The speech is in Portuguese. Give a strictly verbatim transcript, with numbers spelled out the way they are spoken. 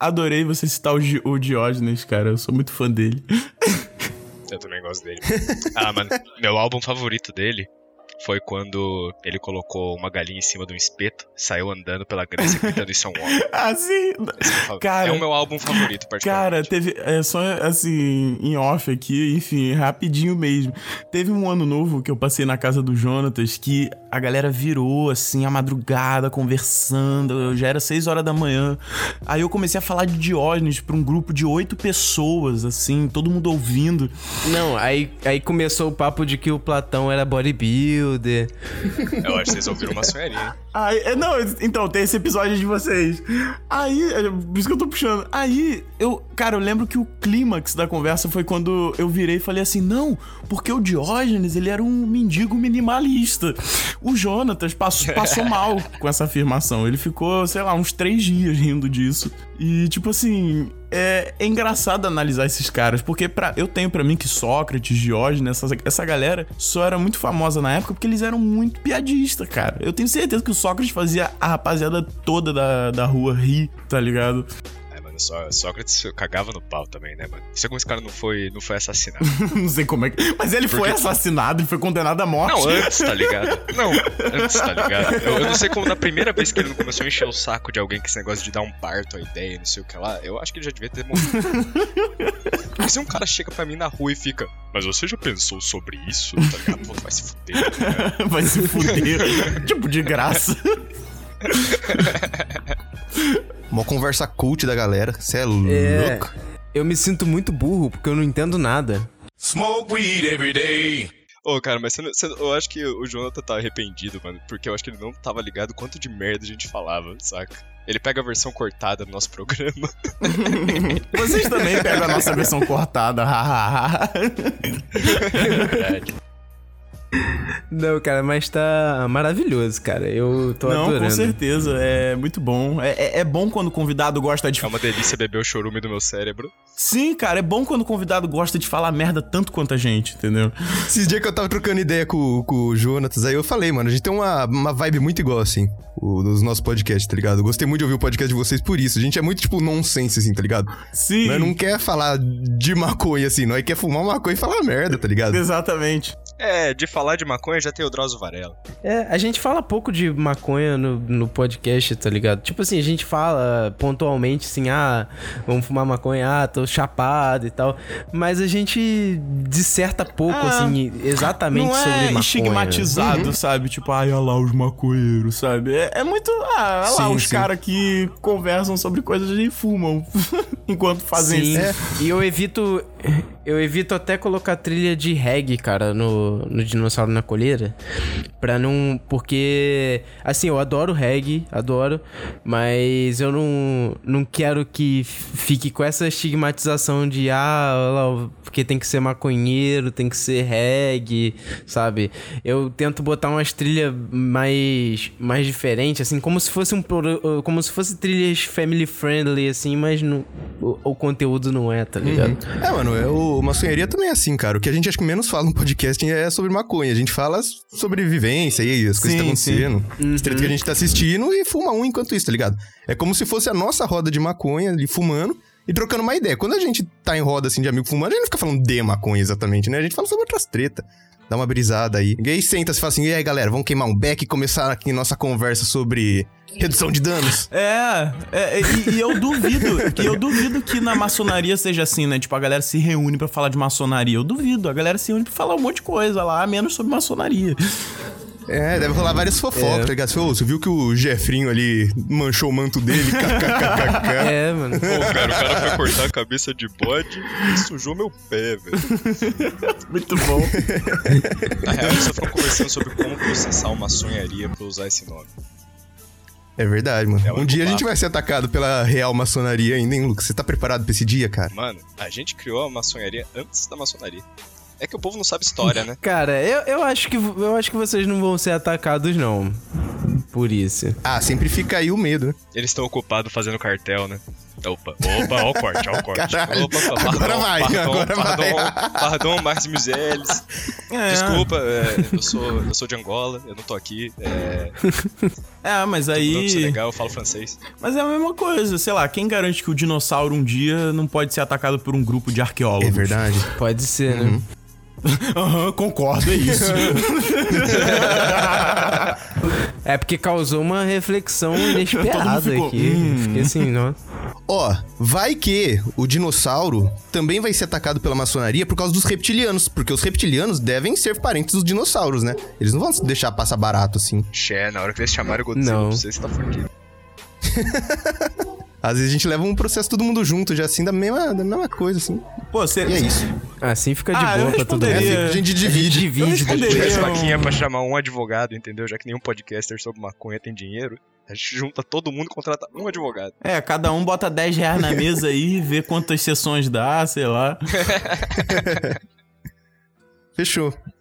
adorei você citar o, G- o Diógenes, cara. Eu sou muito fã dele. Eu também gosto dele. Ah, mano, meu álbum favorito dele foi quando ele colocou uma galinha em cima de um espeto, saiu andando pela Grécia gritando isso é um homem. Ah, sim. Cara, é o meu álbum favorito, particularmente. Cara, teve... É só, assim, em off aqui, enfim, rapidinho mesmo. Teve um ano novo que eu passei na casa do Jonatas que a galera virou, assim, a madrugada, conversando. Já era seis horas da manhã. Aí eu comecei a falar de Diógenes pra um grupo de oito pessoas, assim, todo mundo ouvindo. Não, aí, aí começou o papo de que o Platão era bodybuilder. Eu acho que vocês ouviram uma sonharia, hein? Aí, é, não, então, tem esse episódio de vocês. Aí, é por isso que eu tô puxando. Aí, eu, cara, eu lembro que o clímax da conversa foi quando eu virei e falei assim, não, porque o Diógenes, ele era um mendigo minimalista. O Jonatas passou, passou mal com essa afirmação. Ele ficou, sei lá, uns três dias rindo disso. E, tipo assim... É, é engraçado analisar esses caras, porque pra, eu tenho pra mim que Sócrates, Diógenes, essa, essa galera só era muito famosa na época porque eles eram muito piadistas, cara. Eu tenho certeza que o Sócrates fazia a rapaziada toda da, da rua rir, tá ligado? Só, Sócrates cagava no pau também, né, mano? Isso é como esse cara não foi, não foi assassinado. Não sei como é que... Mas ele Porque... foi assassinado, ele foi condenado à morte. Não, antes, tá ligado? Não, antes, tá ligado? Eu, eu não sei como na primeira vez que ele não começou a encher o saco de alguém com esse negócio de dar um parto, a ideia, não sei o que lá, eu acho que ele já devia ter morrido. Porque se um cara chega pra mim na rua e fica, mas você já pensou sobre isso? Tá ligado? Pô, vai se fuder. Tá vai se fuder. Tipo, de graça. Uma conversa cult da galera, cê é louco. É, eu me sinto muito burro porque eu não entendo nada. Smoke weed every day. Ô, oh, cara, mas você, você, eu acho que o Jonathan tá arrependido, mano, porque eu acho que ele não tava ligado quanto de merda a gente falava, saca? Ele pega a versão cortada do nosso programa. Vocês também pegam a nossa versão cortada, hahaha. É verdade. Não, cara, mas tá maravilhoso, cara. Eu tô Não, adorando. Com certeza, é muito bom. É, é, é bom quando o convidado gosta de... É uma delícia beber o chorume do meu cérebro. Sim, cara, é bom quando o convidado gosta de falar merda tanto quanto a gente, entendeu? Esses dias que eu tava trocando ideia com, com o Jonatas, aí eu falei, mano, a gente tem uma, uma vibe muito igual, assim, o, nos nossos podcasts, tá ligado? Eu gostei muito de ouvir o podcast de vocês por isso. A gente é muito, tipo, nonsense, assim, tá ligado? Sim. Nós não quer falar de maconha, assim, nós quer fumar maconha e falar merda, tá ligado? Exatamente. É, de falar de maconha já tem o Drauzio Varela. É, a gente fala pouco de maconha no, no podcast, tá ligado? Tipo assim, a gente fala pontualmente assim, ah, vamos fumar maconha, ah, tô chapado e tal. Mas a gente disserta pouco, ah, assim, exatamente não sobre é maconha. Estigmatizado, uhum. sabe? Tipo, ai, olha lá os maconheiros, sabe? É, é muito, ah, olha sim, lá os sim. caras que conversam sobre coisas e fumam enquanto fazem sim. isso. É. E eu evito... Eu evito até colocar trilha de reggae, cara, no, no Dinossauro na Coleira. Pra não... Porque... Assim, eu adoro reggae, adoro. Mas eu não, não quero que fique com essa estigmatização de... Ah, lá, porque tem que ser maconheiro, tem que ser reggae, sabe? Eu tento botar umas trilhas mais, mais diferentes, assim, como se fosse um... Como se fosse trilhas family friendly, assim, mas no, o, o conteúdo não é, tá ligado? Uhum. É, mano, é o... Maçonharia também é assim, cara. O que a gente acho que menos fala no podcast é sobre maconha. A gente fala sobre vivência e as coisas que estão acontecendo. Uhum. As tretas que a gente tá assistindo e fuma um enquanto isso, tá ligado? É como se fosse a nossa roda de maconha ali fumando e trocando uma ideia. Quando a gente tá em roda assim de amigo fumando, a gente não fica falando de maconha exatamente, né? A gente fala sobre outras tretas. Dá uma brisada aí. E aí senta-se e fala assim, e aí galera, vamos queimar um beck e começar aqui nossa conversa sobre... redução de danos. É, é e, e eu duvido, e eu duvido que na maçonaria seja assim, né? Tipo, a galera se reúne pra falar de maçonaria. Eu duvido, a galera se reúne pra falar um monte de coisa lá, menos sobre maçonaria. É, deve rolar várias fofocas, é. tá ligado? Você, oh, você viu que o Jeffrinho ali manchou o manto dele? Kkkk. É, mano. Pô, cara, o cara foi cortar a cabeça de bode e sujou meu pé, velho. Muito bom. Na real, eles só ficam conversando sobre como processar uma maçonharia pra usar esse nome. É verdade, mano. É um dia papo. A gente vai ser atacado pela real maçonaria ainda, hein, Lucas? Você tá preparado pra esse dia, cara? Mano, a gente criou a maçonharia antes da maçonaria. É que o povo não sabe história, né? Cara, eu, eu, acho que, eu acho que vocês não vão ser atacados, não. Por isso. Ah, sempre fica aí o medo, né? Eles estão ocupados fazendo cartel, né? Opa, opa, ó o corte, ó o corte. Caralho. Opa, opa, Agora vai, pardon, agora pardon, vai. Pardon, Marcos Mizeles. É. Desculpa, é, eu, sou, eu sou de Angola, eu não tô aqui. É, É, mas no aí... Senegal, eu falo francês. Mas é a mesma coisa, sei lá, quem garante que o dinossauro um dia não pode ser atacado por um grupo de arqueólogos? É verdade. Pode ser, né? Aham, concordo, é isso. É porque causou uma reflexão inesperada ficou, aqui. hum. Fiquei assim, nossa. Ó, vai que o dinossauro também vai ser atacado pela maçonaria por causa dos reptilianos, porque os reptilianos devem ser parentes dos dinossauros, né? Eles não vão deixar passar barato assim. Xé, na hora que eles chamaram o Godzilla, Não. não sei se tá fudido. Às vezes a gente leva um processo todo mundo junto, já assim, da mesma, da mesma coisa, assim. Pô, você... E é isso. Assim fica de Ah, eu boa pra todo responderia. mundo. A gente divide. Divide. Eu responderia. Essa Eu- vaquinha pra chamar um advogado, entendeu? Já que nenhum podcaster sobre maconha tem dinheiro, a gente junta todo mundo e contrata um advogado. É, cada um bota dez reais na mesa aí, vê quantas sessões dá, sei lá. Fechou.